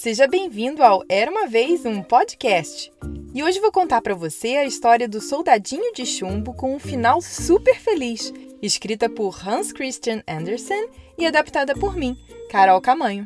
Seja bem-vindo ao Era Uma Vez, um podcast. E hoje vou contar para você a história do Soldadinho de Chumbo com um final super feliz, escrita por Hans Christian Andersen e adaptada por mim, Carol Camanho.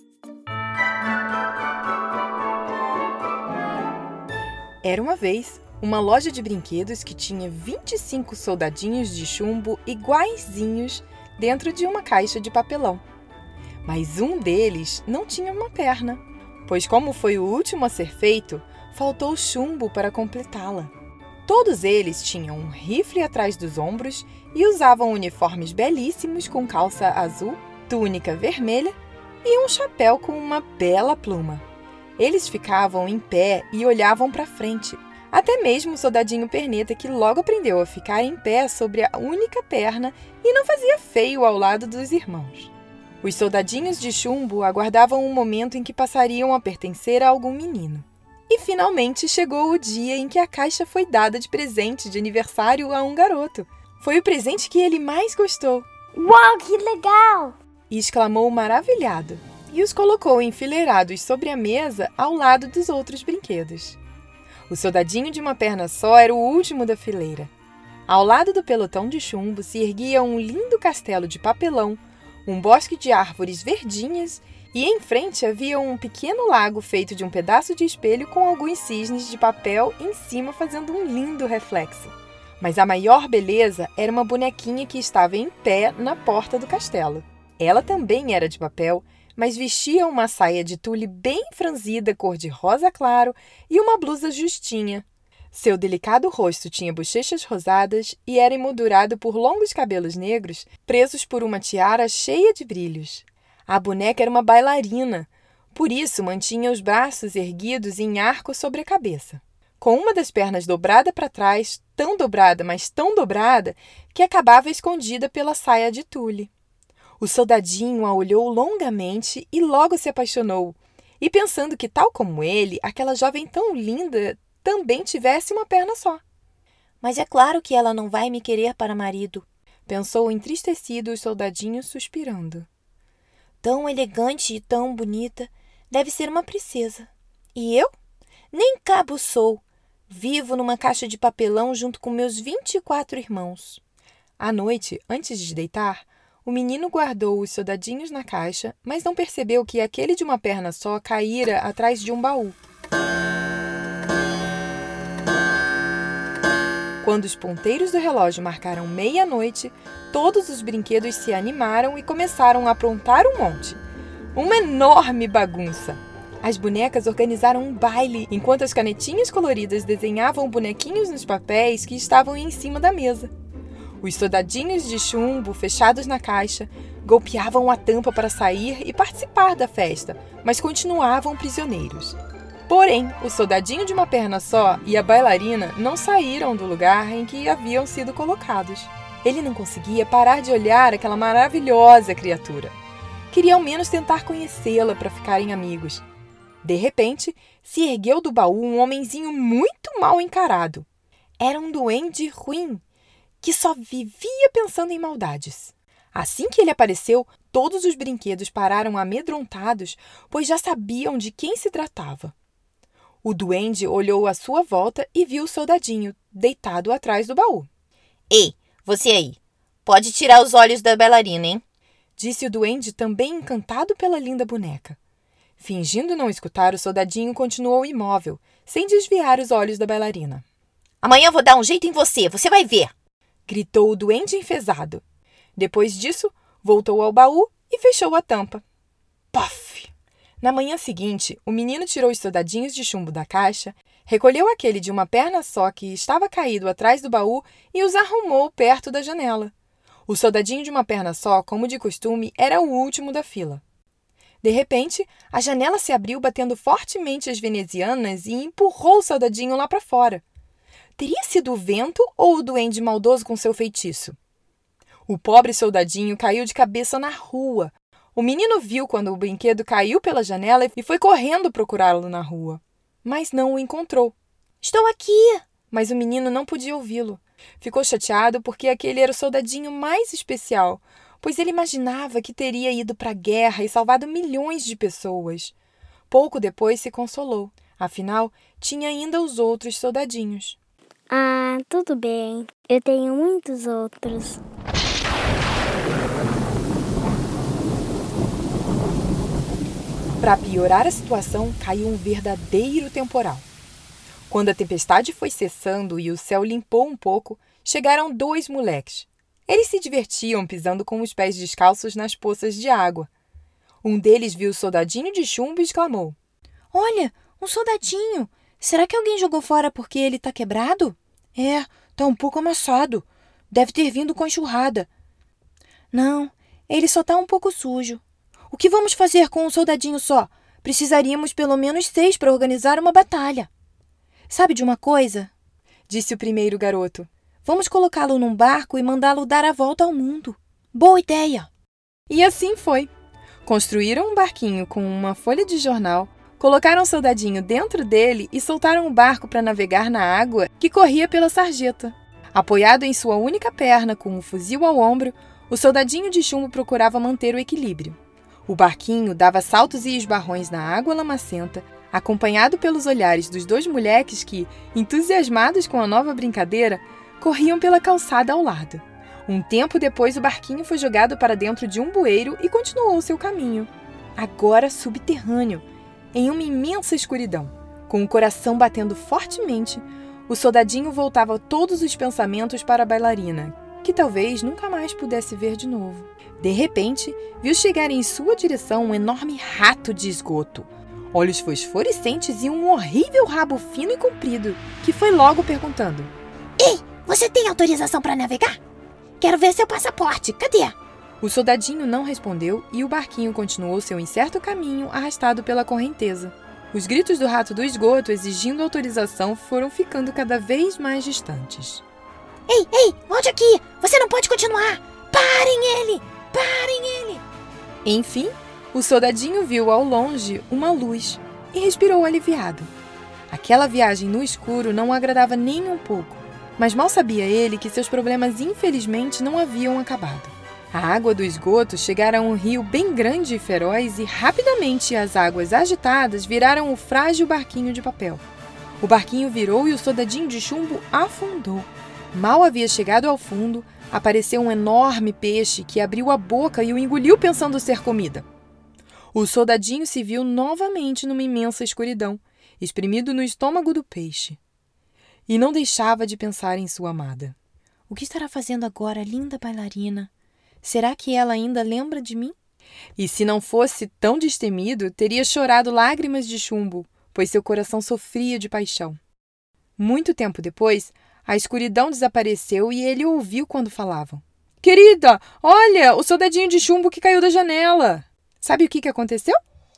Era uma vez uma loja de brinquedos que tinha 25 soldadinhos de chumbo iguaizinhos dentro de uma caixa de papelão. Mas um deles não tinha uma perna, pois como foi o último a ser feito, faltou chumbo para completá-la. Todos eles tinham um rifle atrás dos ombros e usavam uniformes belíssimos com calça azul, túnica vermelha e um chapéu com uma bela pluma. Eles ficavam em pé e olhavam para frente. Até mesmo o soldadinho perneta, que logo aprendeu a ficar em pé sobre a única perna e não fazia feio ao lado dos irmãos. Os soldadinhos de chumbo aguardavam um momento em que passariam a pertencer a algum menino. E finalmente chegou o dia em que a caixa foi dada de presente de aniversário a um garoto. Foi o presente que ele mais gostou. Uau, que legal! E exclamou maravilhado. E os colocou enfileirados sobre a mesa ao lado dos outros brinquedos. O soldadinho de uma perna só era o último da fileira. Ao lado do pelotão de chumbo se erguia um lindo castelo de papelão, um bosque de árvores verdinhas e em frente havia um pequeno lago feito de um pedaço de espelho com alguns cisnes de papel em cima fazendo um lindo reflexo. Mas a maior beleza era uma bonequinha que estava em pé na porta do castelo. Ela também era de papel, mas vestia uma saia de tule bem franzida cor de rosa claro e uma blusa justinha. Seu delicado rosto tinha bochechas rosadas e era emoldurado por longos cabelos negros presos por uma tiara cheia de brilhos. A boneca era uma bailarina, por isso mantinha os braços erguidos em arco sobre a cabeça, com uma das pernas dobrada para trás, tão dobrada, mas tão dobrada, que acabava escondida pela saia de tule. O soldadinho a olhou longamente e logo se apaixonou, e pensando que, tal como ele, aquela jovem tão linda também tivesse uma perna só. Mas é claro que ela não vai me querer para marido, pensou entristecido o soldadinho suspirando. Tão elegante e tão bonita, deve ser uma princesa. E eu? Nem cabo sou. Vivo numa caixa de papelão junto com meus 24 irmãos. À noite, antes de deitar, o menino guardou os soldadinhos na caixa, mas não percebeu que aquele de uma perna só caíra atrás de um baú. Quando os ponteiros do relógio marcaram meia-noite, todos os brinquedos se animaram e começaram a aprontar um monte. Uma enorme bagunça! As bonecas organizaram um baile, enquanto as canetinhas coloridas desenhavam bonequinhos nos papéis que estavam em cima da mesa. Os soldadinhos de chumbo, fechados na caixa, golpeavam a tampa para sair e participar da festa, mas continuavam prisioneiros. Porém, o soldadinho de uma perna só e a bailarina não saíram do lugar em que haviam sido colocados. Ele não conseguia parar de olhar aquela maravilhosa criatura. Queria ao menos tentar conhecê-la para ficarem amigos. De repente, se ergueu do baú um homenzinho muito mal encarado. Era um duende ruim, que só vivia pensando em maldades. Assim que ele apareceu, todos os brinquedos pararam amedrontados, pois já sabiam de quem se tratava. O duende olhou à sua volta e viu o soldadinho, deitado atrás do baú. Ei, você aí, pode tirar os olhos da bailarina, hein? Disse o duende, também encantado pela linda boneca. Fingindo não escutar, o soldadinho continuou imóvel, sem desviar os olhos da bailarina. Amanhã eu vou dar um jeito em você, você vai ver! Gritou o duende enfesado. Depois disso, voltou ao baú e fechou a tampa. Pof! Na manhã seguinte, o menino tirou os soldadinhos de chumbo da caixa, recolheu aquele de uma perna só que estava caído atrás do baú e os arrumou perto da janela. O soldadinho de uma perna só, como de costume, era o último da fila. De repente, a janela se abriu batendo fortemente as venezianas e empurrou o soldadinho lá para fora. Teria sido o vento ou o duende maldoso com seu feitiço? O pobre soldadinho caiu de cabeça na rua. O menino viu quando o brinquedo caiu pela janela e foi correndo procurá-lo na rua. Mas não o encontrou. Estou aqui! Mas o menino não podia ouvi-lo. Ficou chateado porque aquele era o soldadinho mais especial, pois ele imaginava que teria ido para a guerra e salvado milhões de pessoas. Pouco depois se consolou. Afinal, tinha ainda os outros soldadinhos. Ah, tudo bem. Eu tenho muitos outros. Para piorar a situação, caiu um verdadeiro temporal. Quando a tempestade foi cessando e o céu limpou um pouco, chegaram 2 moleques. Eles se divertiam pisando com os pés descalços nas poças de água. Um deles viu o soldadinho de chumbo e exclamou: Olha, um soldadinho! Será que alguém jogou fora porque ele tá quebrado? É, tá um pouco amassado. Deve ter vindo com a enxurrada. Não, ele só tá um pouco sujo. O que vamos fazer com um soldadinho só? Precisaríamos pelo menos 6 para organizar uma batalha. Sabe de uma coisa? Disse o primeiro garoto. Vamos colocá-lo num barco e mandá-lo dar a volta ao mundo. Boa ideia! E assim foi. Construíram um barquinho com uma folha de jornal, colocaram o soldadinho dentro dele e soltaram o barco para navegar na água que corria pela sarjeta. Apoiado em sua única perna, com um fuzil ao ombro, o soldadinho de chumbo procurava manter o equilíbrio. O barquinho dava saltos e esbarrões na água lamacenta, acompanhado pelos olhares dos 2 moleques que, entusiasmados com a nova brincadeira, corriam pela calçada ao lado. Um tempo depois, o barquinho foi jogado para dentro de um bueiro e continuou seu caminho. Agora subterrâneo, em uma imensa escuridão. Com o coração batendo fortemente, o soldadinho voltava todos os pensamentos para a bailarina, que talvez nunca mais pudesse ver de novo. De repente, viu chegar em sua direção um enorme rato de esgoto, olhos fosforescentes e um horrível rabo fino e comprido, que foi logo perguntando: Ei, você tem autorização para navegar? Quero ver seu passaporte, cadê? O soldadinho não respondeu e o barquinho continuou seu incerto caminho arrastado pela correnteza. Os gritos do rato do esgoto exigindo autorização foram ficando cada vez mais distantes. Ei, volte aqui! Você não pode continuar! Parem ele! Parem ele! Enfim, o soldadinho viu ao longe uma luz e respirou aliviado. Aquela viagem no escuro não o agradava nem um pouco, mas mal sabia ele que seus problemas infelizmente não haviam acabado. A água do esgoto chegara a um rio bem grande e feroz e rapidamente as águas agitadas viraram o frágil barquinho de papel. O barquinho virou e o soldadinho de chumbo afundou. Mal havia chegado ao fundo, apareceu um enorme peixe que abriu a boca e o engoliu pensando ser comida. O soldadinho se viu novamente numa imensa escuridão, espremido no estômago do peixe. E não deixava de pensar em sua amada. O que estará fazendo agora a linda bailarina? Será que ela ainda lembra de mim? E se não fosse tão destemido, teria chorado lágrimas de chumbo, pois seu coração sofria de paixão. Muito tempo depois, a escuridão desapareceu e ele ouviu quando falavam. Querida, olha, o soldadinho de chumbo que caiu da janela. Sabe o que aconteceu?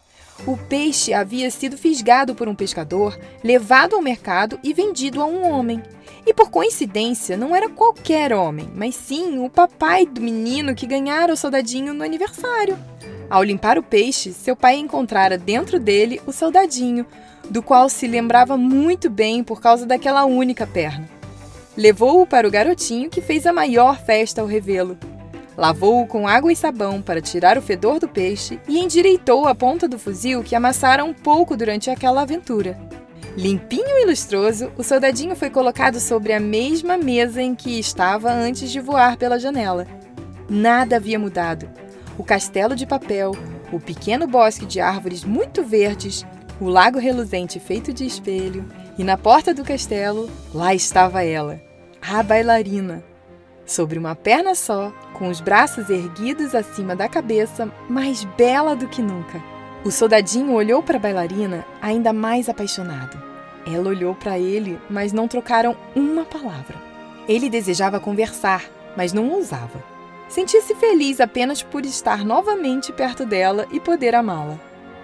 O peixe havia sido fisgado por um pescador, levado ao mercado e vendido a um homem. E por coincidência, não era qualquer homem, mas sim o papai do menino que ganhara o soldadinho no aniversário. Ao limpar o peixe, seu pai encontrara dentro dele o soldadinho, do qual se lembrava muito bem por causa daquela única perna. Levou-o para o garotinho, que fez a maior festa ao revê-lo. Lavou-o com água e sabão para tirar o fedor do peixe e endireitou a ponta do fuzil que amassara um pouco durante aquela aventura. Limpinho e lustroso, o soldadinho foi colocado sobre a mesma mesa em que estava antes de voar pela janela. Nada havia mudado. O castelo de papel, o pequeno bosque de árvores muito verdes, o lago reluzente feito de espelho, e na porta do castelo, lá estava ela, a bailarina. Sobre uma perna só, com os braços erguidos acima da cabeça, mais bela do que nunca. O soldadinho olhou para a bailarina, ainda mais apaixonado. Ela olhou para ele, mas não trocaram uma palavra. Ele desejava conversar, mas não ousava. Sentia-se feliz apenas por estar novamente perto dela e poder amá-la.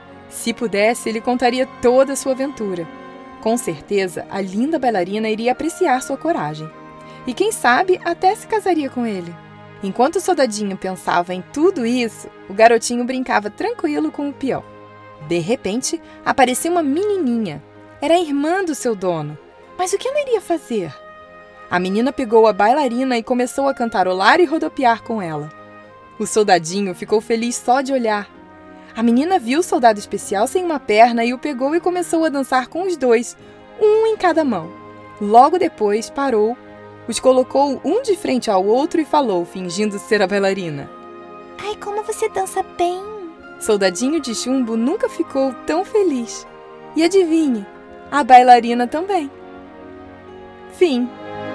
Se pudesse, ele contaria toda a sua aventura. Com certeza, a linda bailarina iria apreciar sua coragem. E quem sabe, até se casaria com ele. Enquanto o soldadinho pensava em tudo isso, o garotinho brincava tranquilo com o peão. De repente, apareceu uma menininha. Era a irmã do seu dono. Mas o que ela iria fazer? A menina pegou a bailarina e começou a cantarolar e rodopiar com ela. O soldadinho ficou feliz só de olhar. A menina viu o soldado especial sem uma perna e o pegou e começou a dançar com os dois, um em cada mão. Logo depois, parou, os colocou um de frente ao outro e falou, fingindo ser a bailarina: Ai, como você dança bem! Soldadinho de Chumbo nunca ficou tão feliz. E adivinhe, a bailarina também. Fim.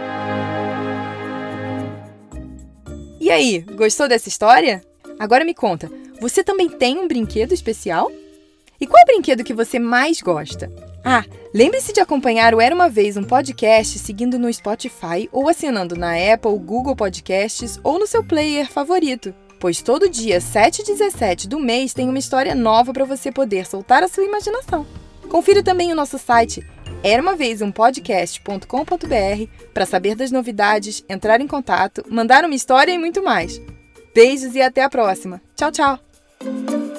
E aí, gostou dessa história? Agora me conta, você também tem um brinquedo especial? E qual brinquedo que você mais gosta? Ah, lembre-se de acompanhar o Era Uma Vez um podcast seguindo no Spotify ou assinando na Apple, Google Podcasts ou no seu player favorito. Pois todo dia 7 e 17 do mês tem uma história nova para você poder soltar a sua imaginação. Confira também o nosso site eraumavezumpodcast.com.br para saber das novidades, entrar em contato, mandar uma história e muito mais. Beijos e até a próxima. Tchau, tchau!